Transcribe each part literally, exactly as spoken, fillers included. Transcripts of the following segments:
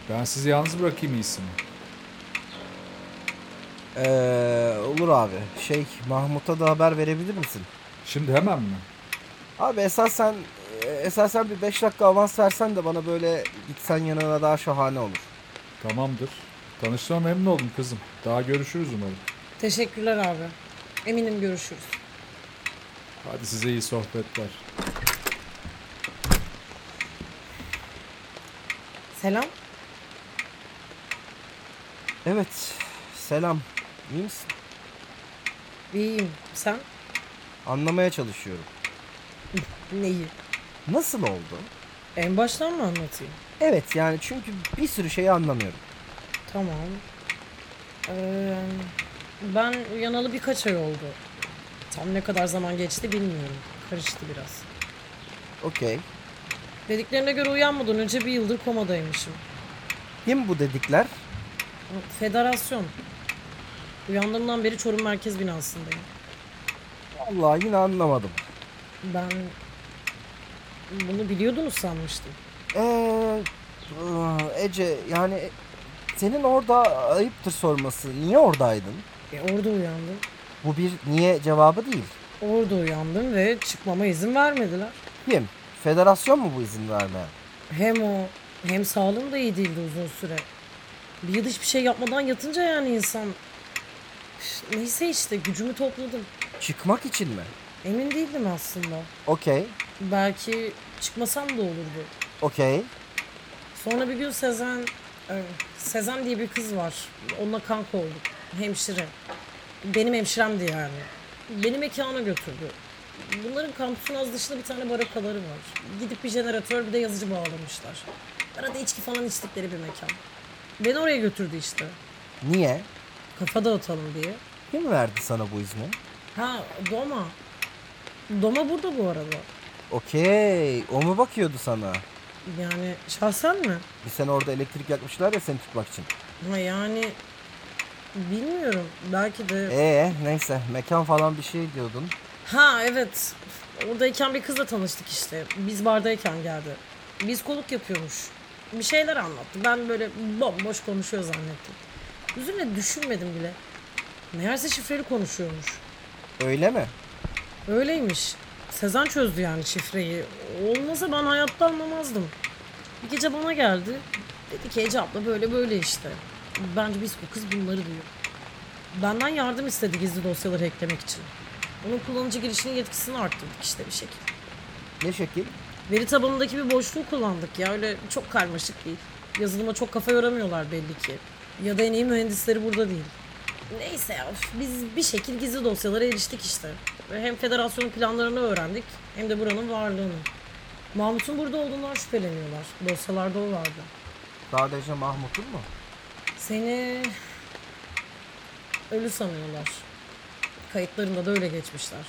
Ben sizi yalnız bırakayım iyisi mi? Ee, olur abi. Şey, Mahmut'a da haber verebilir misin? Şimdi hemen mi? Abi esasen e, esasen bir beş dakika avans versen de bana böyle gitsen yanına daha şahane olur. Tamamdır. Tanıştığıma memnun oldum kızım. Daha görüşürüz umarım. Teşekkürler abi. Eminim görüşürüz. Hadi size iyi sohbetler. Selam. Evet. Selam. İyi misin? İyiyim. Sen? Anlamaya çalışıyorum. Neyi? Nasıl oldu? En baştan mı anlatayım? Evet yani çünkü bir sürü şeyi anlamıyorum. Tamam. Ee, ben uyanalı birkaç ay oldu. Tam ne kadar zaman geçti bilmiyorum. Karıştı biraz. Okey. Dediklerine göre uyanmadan önce bir yıldır komadaymışım. Kim bu dedikler? Federasyon. Uyandığımdan beri Çorum Merkez binasındayım. Vallahi yine anlamadım. Ben bunu biliyordunuz sanmıştım. Eee Ece yani e, senin orada ayıptır sorması. Niye oradaydın? E, orada uyandım. Bu bir niye cevabı değil. Orada uyandım ve çıkmama izin vermediler. Kim? Federasyon mu bu izin vermeyen? Hem o hem sağlığım da iyi değildi uzun süre. Bir yıl hiçbir şey yapmadan yatınca yani insan... Üf, neyse işte gücümü topladım. Çıkmak için mi? Emin değildim aslında. Okey. Belki çıkmasam da olurdu. Okey. Sonra bir gün Sezen... e, Sezen diye bir kız var. Onunla kanka olduk. Hemşire. Benim hemşiremdi yani. Beni mekana götürdü. Bunların kampüsün az dışında bir tane barakaları var. Gidip bir jeneratör bir de yazıcı bağlamışlar. Arada içki falan içtikleri bir mekan. Beni oraya götürdü işte. Niye? Kafa dağıtalım diye. Kim verdi sana bu izni? Ha Doma. Doma burada bu arada. Okey. O mu bakıyordu sana? Yani şahsen mi? Bir sene orada elektrik yakmışlar ya seni tutmak için. Ha yani bilmiyorum. Belki de... Ee neyse mekan falan bir şey diyordun. Ha evet. Oradayken bir kızla tanıştık işte. Biz bardayken geldi. Biz konuk yapıyormuş. Bir şeyler anlattı. Ben böyle bomboş konuşuyor zannettim. Üzerine düşünmedim bile. Meğerse şifreli konuşuyormuş. Öyle mi? Öyleymiş. Sezen çözdü yani şifreyi. Olmasa ben hayatta anlamazdım. Bir gece bana geldi. Dedi ki Ece abla böyle böyle işte. Bence biz bu kız bunları diyor. Benden yardım istedi gizli dosyaları hacklemek için. Onun kullanıcı girişinin yetkisini arttırdık işte bir şekilde. Ne şekil? Veri tabanındaki bir boşluğu kullandık ya, öyle çok karmaşık değil. Yazılıma çok kafa yoramıyorlar belli ki. Ya da en iyi mühendisleri burada değil. Neyse ya, biz bir şekil gizli dosyalara eriştik işte. Ve hem federasyonun planlarını öğrendik hem de buranın varlığını. Mahmut'un burada olduğundan şüpheleniyorlar. Dosyalarda o vardı. Sadece Mahmut'un mu? Seni ölü sanıyorlar. Kayıtlarında da öyle geçmişler.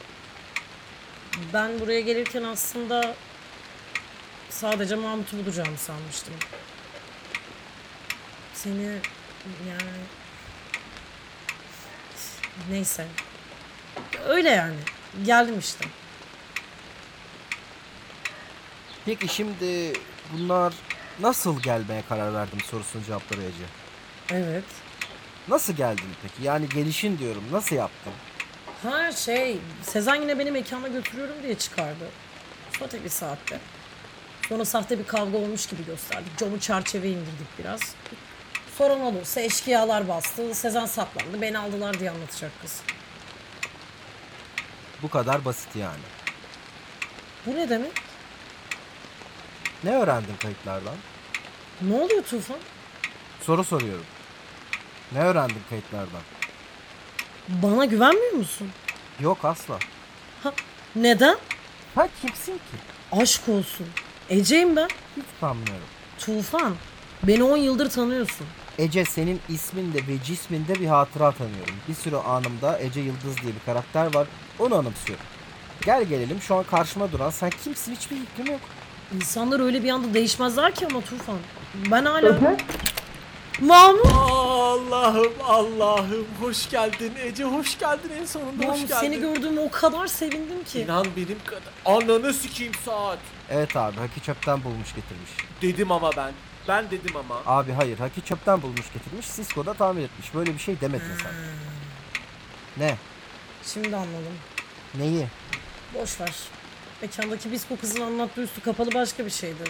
Ben buraya gelirken aslında sadece Mahmut'u bulacağımı sanmıştım. Seni yani... Neyse. Öyle yani. Geldim işte. Peki şimdi bunlar nasıl gelmeye karar verdim sorusunun cevapları Ece. Evet. Nasıl geldin peki? Yani gelişin diyorum. Nasıl yaptın? Ha şey, Sezen yine beni mekana götürüyorum diye çıkardı. Sote bir saatte. Sonra sahte bir kavga olmuş gibi gösterdik. Camı çerçeve indirdik biraz. Soran olursa eşkıyalar bastı. Sezen saklandı. Beni aldılar diye anlatacak kız. Bu kadar basit yani. Bu ne demek? Ne öğrendin kayıtlardan? Ne oluyor Tufan? Soru soruyorum. Ne öğrendin kayıtlardan? Bana güvenmiyor musun? Yok asla. Ha, neden? Ha kimsin ki? Aşk olsun. Ece'yim ben. Hiç sanmıyorum. Tufan. Beni on yıldır tanıyorsun. Ece senin isminde ve cisminde bir hatıra tanıyorum. Bir sürü anımda Ece Yıldız diye bir karakter var. Onu anımsıyorum. Gel gelelim şu an karşıma duran sen kimsin hiçbir fikrim yok. İnsanlar öyle bir anda değişmezler ki ama Tufan. Ben hala... Mahmut! Allah'ım Allah'ım hoş geldin Ece, hoş geldin, en sonunda hoş Mahmut geldin. seni gördüğüme o kadar sevindim ki. İnan benim kadar. Ananı sikeyim Saat. Evet abi, Haki çöpten bulmuş getirmiş. Dedim ama ben. Ben dedim ama. Abi hayır, Haki çöpten bulmuş getirmiş. Cisco da tamir etmiş. Böyle bir şey demedin sen. Ne? Şimdi anladım. Neyi? Boş ver. Mekandaki Bisko kızın anlattığı üstü kapalı başka bir şeydi.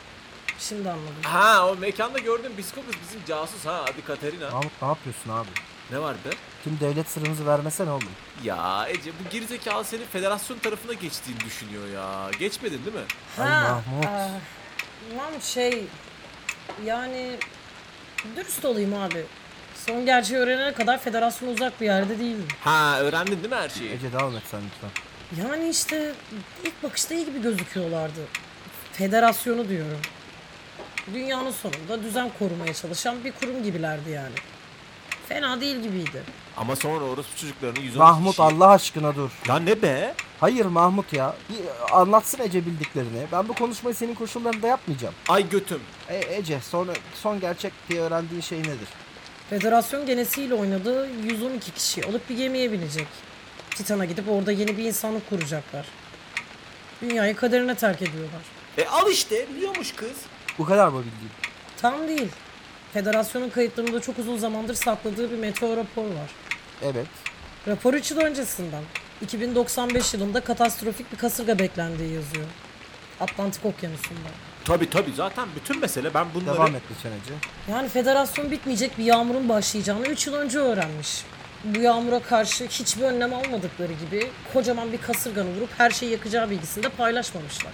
Şimdi anladım. Ha, o mekanda gördüm, Bisko kız bizim casus ha, adı Katerina. Mahmut ne yapıyorsun abi? Ne vardı? Tüm devlet sırrımızı vermesene oğlum. Ya Ece, bu gerizekalı senin federasyon tarafına geçtiğini düşünüyor ya. Geçmedin değil mi? Ay Mahmut. aa, Mahmut şey... Yani... Dürüst olayım abi. Son gerçeği öğrenene kadar federasyona uzak bir yerde değildim. Ha, öğrendin değil mi her şeyi? Ece devam et sen lütfen. Yani işte ilk bakışta iyi gibi gözüküyorlardı. Federasyonu diyorum. Dünyanın sonunda düzen korumaya çalışan bir kurum gibilerdi yani. Fena değil gibiydi. Ama sonra orospu çocuklarını yüz on Mahmut kişi... Allah aşkına dur. Ya ne be? Hayır Mahmut ya. Bir anlatsın Ece bildiklerini. Ben bu konuşmayı senin koşullarında yapmayacağım. Ay götüm. E, Ece sonra son gerçek diye öğrendiğin şey nedir? Federasyon genesiyle oynadığı yüz on iki kişi alıp bir gemiye binecek. Titan'a gidip orada yeni bir insanlık kuracaklar. Dünyayı kaderine terk ediyorlar. E al işte, biliyormuş kız. Bu kadar mı bildiğin? Tam değil. Federasyonun kayıtlarında çok uzun zamandır sakladığı bir meteor rapor var. Evet. Rapor üç yıl öncesinden. iki bin doksan beş yılında katastrofik bir kasırga beklendiği yazıyor. Atlantik Okyanusu'nda. Tabi tabi, zaten bütün mesele ben bunları... Devam et lütfen Ece. Yani federasyon bitmeyecek bir yağmurun başlayacağını üç yıl önce öğrenmiş. Bu yağmura karşı hiçbir önlem almadıkları gibi kocaman bir kasırganı vurup her şeyi yakacağı bilgisini de paylaşmamışlar.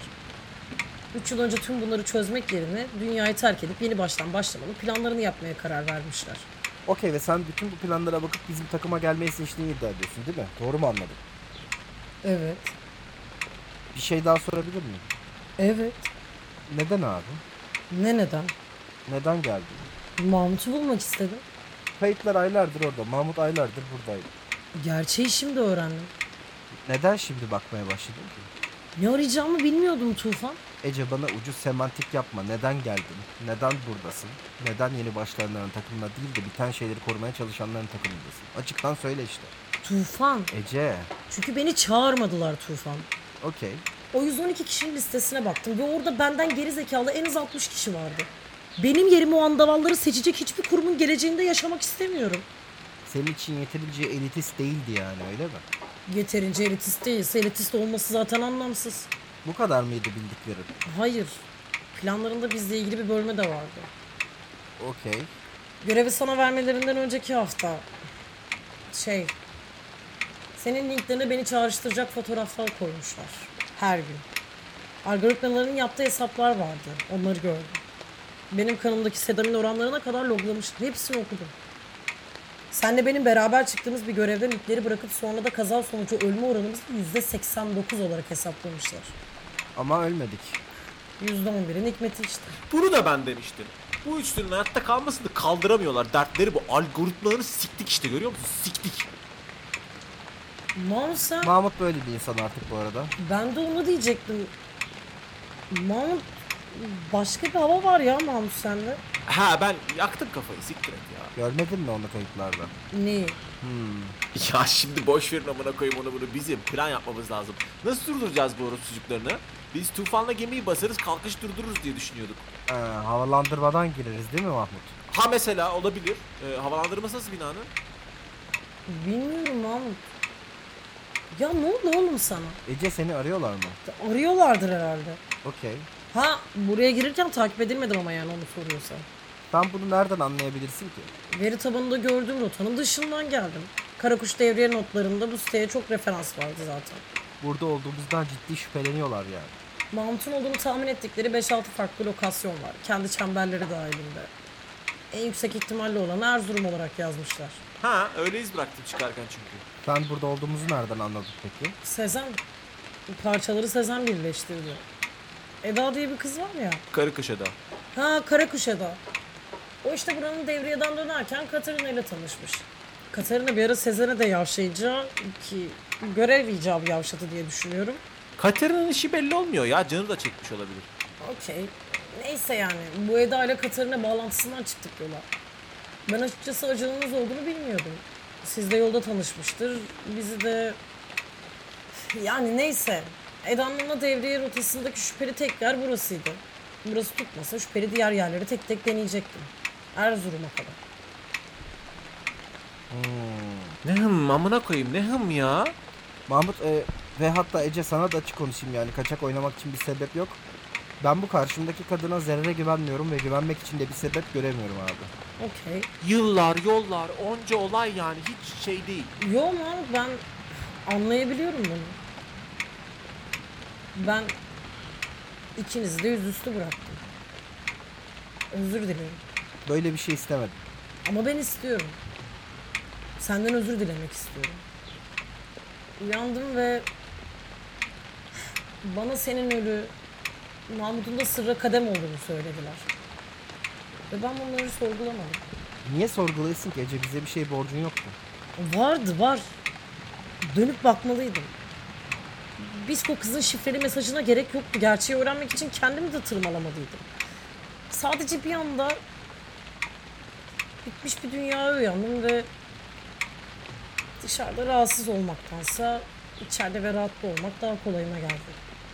üç yıl önce tüm bunları çözmek yerine dünyayı terk edip yeni baştan başlamalı planlarını yapmaya karar vermişler. Okey ve sen bütün bu planlara bakıp bizim takıma gelmeyi seçtiğini iddia ediyorsun değil mi? Doğru mu anladım? Evet. Bir şey daha sorabilir miyim? Evet. Neden abi? Ne neden? Neden geldin? Mahmut'u bulmak istedim. Kayıtlar aylardır orada. Mahmut aylardır buradaydı. Gerçeği şimdi öğrendim. Neden şimdi bakmaya başladın ki? Ne arayacağımı bilmiyordum Tufan. Ece bana ucuz semantik yapma. Neden geldin? Neden buradasın? Neden yeni başlayanların takımına değil de biten şeyleri korumaya çalışanların takımındasın? Açıktan söyle işte. Tufan. Ece. Çünkü beni çağırmadılar Tufan. Okey. O yüz on iki kişinin listesine baktım ve orada benden geri zekalı en az altmış kişi vardı. Benim yerime o andavalları seçecek hiçbir kurumun geleceğinde yaşamak istemiyorum. Senin için yeterince elitist değildi yani öyle mi? Yeterince elitist değilse elitist olması zaten anlamsız. Bu kadar mıydı bildiklerin? Hayır. Planlarında bizle ilgili bir bölme de vardı. Okey. Görevi sana vermelerinden önceki hafta. Şey... Senin linklerine beni çağrıştıracak fotoğraflar koymuşlar. Her gün. Algoritmaların yaptığı hesaplar vardı. Onları gördüm. Benim kanımdaki sedamin oranlarına kadar loglamışlar. Hepsini okudum. Senle benim beraber çıktığımız bir görevden linkleri bırakıp sonra da kaza sonucu ölme oranımızı yüzde seksen dokuz olarak hesaplamışlar. Ama ölmedik. yüzde on birin hikmeti işte. Bunu da ben demiştim. Bu üçlünün hayatta kalmasını kaldıramıyorlar. Dertleri bu. Algoritmalarını siktik işte, görüyor musun? Siktik. Mahmut sen... Mahmut böyle bir insan artık bu arada. Ben de onu diyecektim. Mahmut... Başka bir hava var ya Mahmut sende. Ha, ben yaktım kafayı, siktir et ya. Görmedin mi onu kayıtlarda? Ne? Hmm. Ya şimdi boş verin amına koyayım onu bunu, bizim plan yapmamız lazım. Nasıl durduracağız bu orospu çocuklarını? Biz tufanla gemiyi basarız, kalkış durdururuz diye düşünüyorduk. Ee, havalandırmadan gireriz değil mi Mahmut? Ha mesela olabilir. Ee, havalandırması nasıl binanın? Bilmiyorum Mahmut. Ya ne oldu oğlum sana? Ece seni arıyorlar mı? Arıyorlardır herhalde. Okey. Ha buraya girirken takip edilmedim ama yani onu soruyorsan. Sen bunu nereden anlayabilirsin ki? Veri tabanında gördüğüm rotanın dışından geldim. Karakuş devriye notlarında bu siteye çok referans vardı zaten. Burada olduğumuzdan ciddi şüpheleniyorlar yani. Mahmut'un olduğunu tahmin ettikleri beş altı farklı lokasyon var. Kendi çemberleri dahilinde. En yüksek ihtimalle olanı Erzurum olarak yazmışlar. Ha, öyle iz bıraktım çıkarken çünkü. Sen burada olduğumuzu nereden anladın peki? Sezen, parçaları Sezen birleştirdi. Eda diye bir kız var ya. Karıkışa'da. Ha Karakuş Eda. O işte buranın devriyeden dönerken Katarina ile tanışmış. Katarina bir ara Sezen'e de yavşayınca ki görev icabı yavşadı diye düşünüyorum. Katerina'nın işi belli olmuyor ya, canı da çekmiş olabilir. Okey. Neyse yani bu Eda ile Katarina bağlantısından çıktık yola. Ben açıkçası ajanınız olduğunu bilmiyordum. Siz de yolda tanışmıştır. Bizi de... Yani neyse. Edan'la devriye rotasındaki şüpheli tek yer burasıydı. Burası tutmasa şüpheli diğer yerleri tek tek deneyecektim. Erzurum'a kadar. Ne hım amına koyayım ne hım ya? Mahmut e, ve hatta Ece sana da açık konuşayım yani kaçak oynamak için bir sebep yok. Ben bu karşımdaki kadına zerre güvenmiyorum ve güvenmek için de bir sebep göremiyorum abi. Okey. Yıllar yollar onca olay yani hiç şey değil. Yo lan ben anlayabiliyorum bunu. Ben ikinizi de yüzüstü bıraktım. Özür dilerim. Böyle bir şey istemedim. Ama ben istiyorum. Senden özür dilemek istiyorum. Uyandım ve bana senin ölü, Mahmut'un da sırra kadem olduğunu söylediler. Ve ben bunları sorgulamadım. Niye sorgulayasın ki Ece, bize bir şey borcun yoktu. Vardı var. Dönüp bakmalıydım. Bisko kızın şifreli mesajına gerek yoktu. Gerçeği öğrenmek için kendimi de tırmalamalıydım. Sadece bir anda bitmiş bir dünyaya uyandım ve dışarıda rahatsız olmaktansa içeride ve rahatlı olmak daha kolayıma geldi.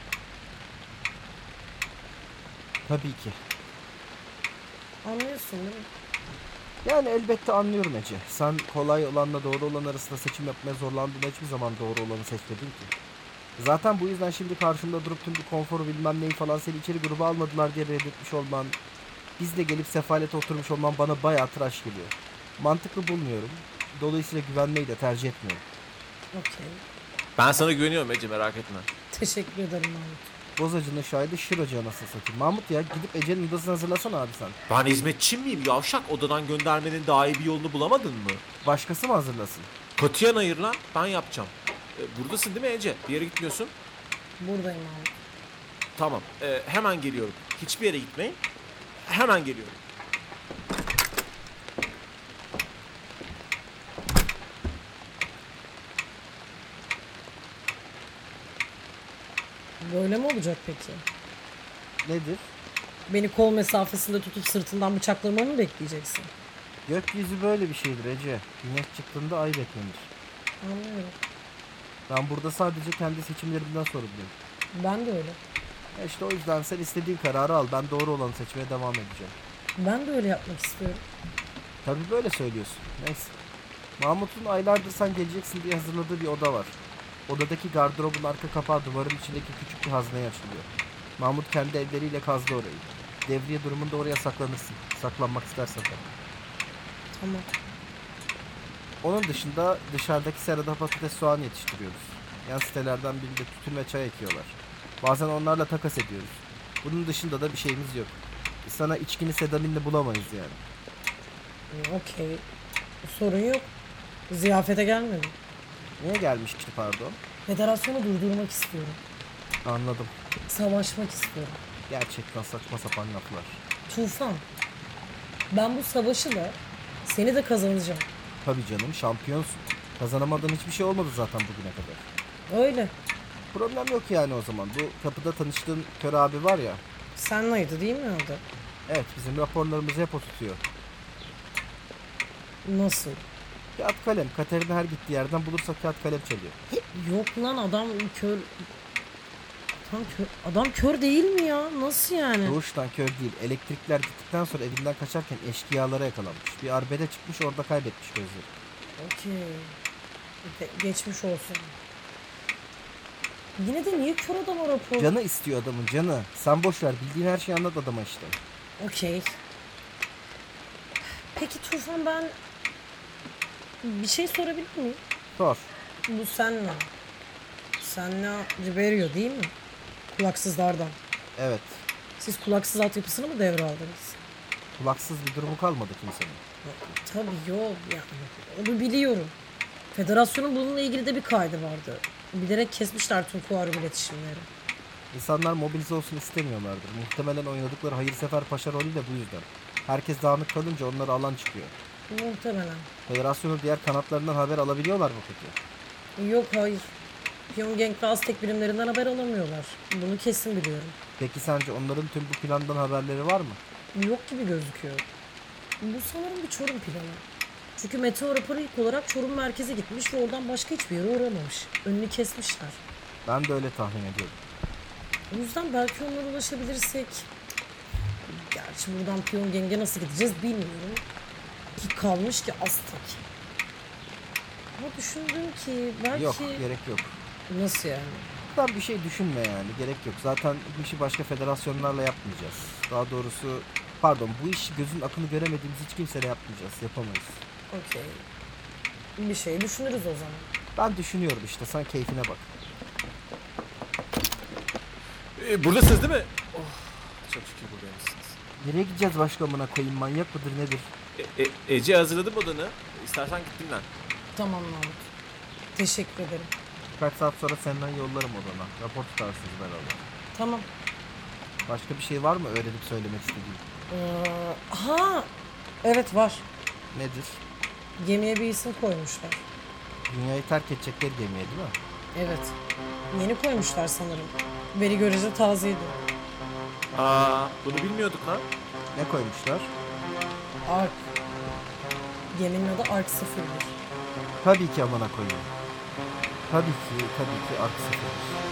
Tabii ki. Anlıyorsun değil mi? Yani elbette anlıyorum Ece. Sen kolay olanla doğru olan arasında seçim yapmaya zorlandığında hiçbir zaman doğru olanı seçmedin ki. Zaten bu yüzden şimdi karşımda durup tüm bu konforu bilmem neyi falan seni içeri gruba almadılar diye reddetmiş olman, bizle gelip sefalete oturmuş olman bana bayağı tıraş geliyor. Mantıklı bulmuyorum. Dolayısıyla güvenmeyi de tercih etmiyorum. Okey. Ben sana güveniyorum Ece merak etme. Teşekkür ederim Mahmut. Bozacının şahidi Şirocu anasını satayım. Mahmut ya, gidip Ece'nin odasını hazırlasana abi sen. Ben hizmetçi miyim yavşak, odadan göndermenin daha iyi bir yolunu bulamadın mı? Başkası mı hazırlasın? Katiyen hayır lan, ben yapacağım. E, buradasın değil mi Ece? Bir yere gitmiyorsun. Buradayım Mahmut. Tamam, e, hemen geliyorum. Hiçbir yere gitmeyin. Hemen geliyorum. Böyle mi olacak peki? Nedir? Beni kol mesafesinde tutup sırtından bıçaklamamı mı bekleyeceksin? Gökyüzü böyle bir şeydir Ece. Güneş çıktığında ay beklenir. Anlıyorum. Ben burada sadece kendi seçimlerimden sorumluyum. Ben de öyle. Ya işte o yüzden sen istediğin kararı al. Ben doğru olanı seçmeye devam edeceğim. Ben de öyle yapmak istiyorum. Tabii böyle söylüyorsun. Neyse. Mahmut'un aylardır sen geleceksin diye hazırladığı bir oda var. Odadaki gardırobun arka kapağı duvarın içindeki küçük bir hazneye açılıyor. Mahmut kendi elleriyle kazdı orayı. Devriye durumunda oraya saklanırsın. Saklanmak istersen tabii. Tamam. Onun dışında dışarıdaki serada patates soğan yetiştiriyoruz. Yan sitelerden birinde tütün ve çay ekiyorlar. Bazen onlarla takas ediyoruz. Bunun dışında da bir şeyimiz yok. Sana içkini sedaminle bulamayız yani. Okey. Sorun yok. Ziyafete gelmedim. Niye gelmişti pardon? Federasyonu durdurmak istiyorum. Anladım. Savaşmak istiyorum. Gerçekten saçma sapan laflar. Tufan. Ben bu savaşı da seni de kazanacağım. Tabii canım, şampiyonsun. Kazanamadığın hiçbir şey olmadı zaten bugüne kadar. Öyle. Problem yok yani o zaman. Bu kapıda tanıştığın kör abi var ya. Senlaydı değil mi adı? Evet, bizim raporlarımızı hep o tutuyor. Nasıl? Kağıt kalem. Katerina her gittiği yerden bulursa kağıt kalem çalıyor. Yok lan adam kör... Adam kör, adam kör değil mi ya? Nasıl yani? Doğuştan kör değil. Elektrikler gittikten sonra evinden kaçarken eşkıyalara yakalanmış. Bir arbede çıkmış, orada kaybetmiş gözleri. Okey. Ge- Geçmiş olsun. Yine de niye kör adama rapor? Canı istiyor adamın, canı. Sen boş ver, bildiğin her şeyi anlat adama işte. Okey. Peki Tufan, ben bir şey sorabilir miyim? Sor. Bu Senna. Senna Ribeiro değil mi? Kulaksızlardan. Evet. Siz kulaksız altyapısını mı devraldınız? Kulaksız bir durumu kalmadı kimsenin. Tabii yok yani. Onu biliyorum. Federasyonun bununla ilgili de bir kaydı vardı. Bilerek kesmişler tüm fuarım iletişimleri. İnsanlar mobilize olsun istemiyorlardır. Muhtemelen oynadıkları hayırsever paşa rolü de bu yüzden. Herkes dağınık kalınca onlara alan çıkıyor. Muhtemelen. Federasyonun diğer kanatlarından haber alabiliyorlar mı peki? Yok, hayır. Pyongyang ve Aztek birimlerinden haber alamıyorlar. Bunu kesin biliyorum. Peki sence onların tüm bu plandan haberleri var mı? Yok gibi gözüküyor. Bu sanırım bir Çorum planı. Çünkü meteor raporu ilk olarak Çorum merkeze gitmiş ve oradan başka hiçbir yere uğramamış. Önünü kesmişler. Ben de öyle tahmin ediyorum. O yüzden belki onlara ulaşabilirsek... Gerçi buradan Pyongyang'e nasıl gideceğiz bilmiyorum. Ki kalmış ki Aztek. Ama düşündüm ki belki... Yok, gerek yok. Nasıl yani? Ben bir şey düşünme yani, gerek yok. Zaten bu işi başka federasyonlarla yapmayacağız. Daha doğrusu, pardon, bu iş gözün akını göremediğimiz hiç kimseyle yapmayacağız, yapamayız. Okey. Bir şey düşünürüz o zaman. Ben düşünüyorum işte, sen keyfine bak. Ee, buradasınız değil mi? Oh, çok şükür buradaymışsınız. Nereye gideceğiz başka amına koyayım, manyak mıdır nedir? E, e, Ece hazırladım odanı. İstersen git dinlen. Tamam Mahmut. Teşekkür ederim. Birkaç saat sonra senden yollarım odana. Rapor tutarsınız beraber. Tamam. Başka bir şey var mı öğrenip söylemek istediğin? Ee, ha, evet var. Nedir? Gemiye bir isim koymuşlar. Dünyayı terk edecekleri gemiye değil mi? Evet. Yeni koymuşlar sanırım. Veri görece tazeydi. Aa, bunu bilmiyorduk lan. Ne koymuşlar? Ark. Geminin adı Ark sıfır bir. Tabii ki amına koyayım. Tabii ki, tabii ki Ark sıfır.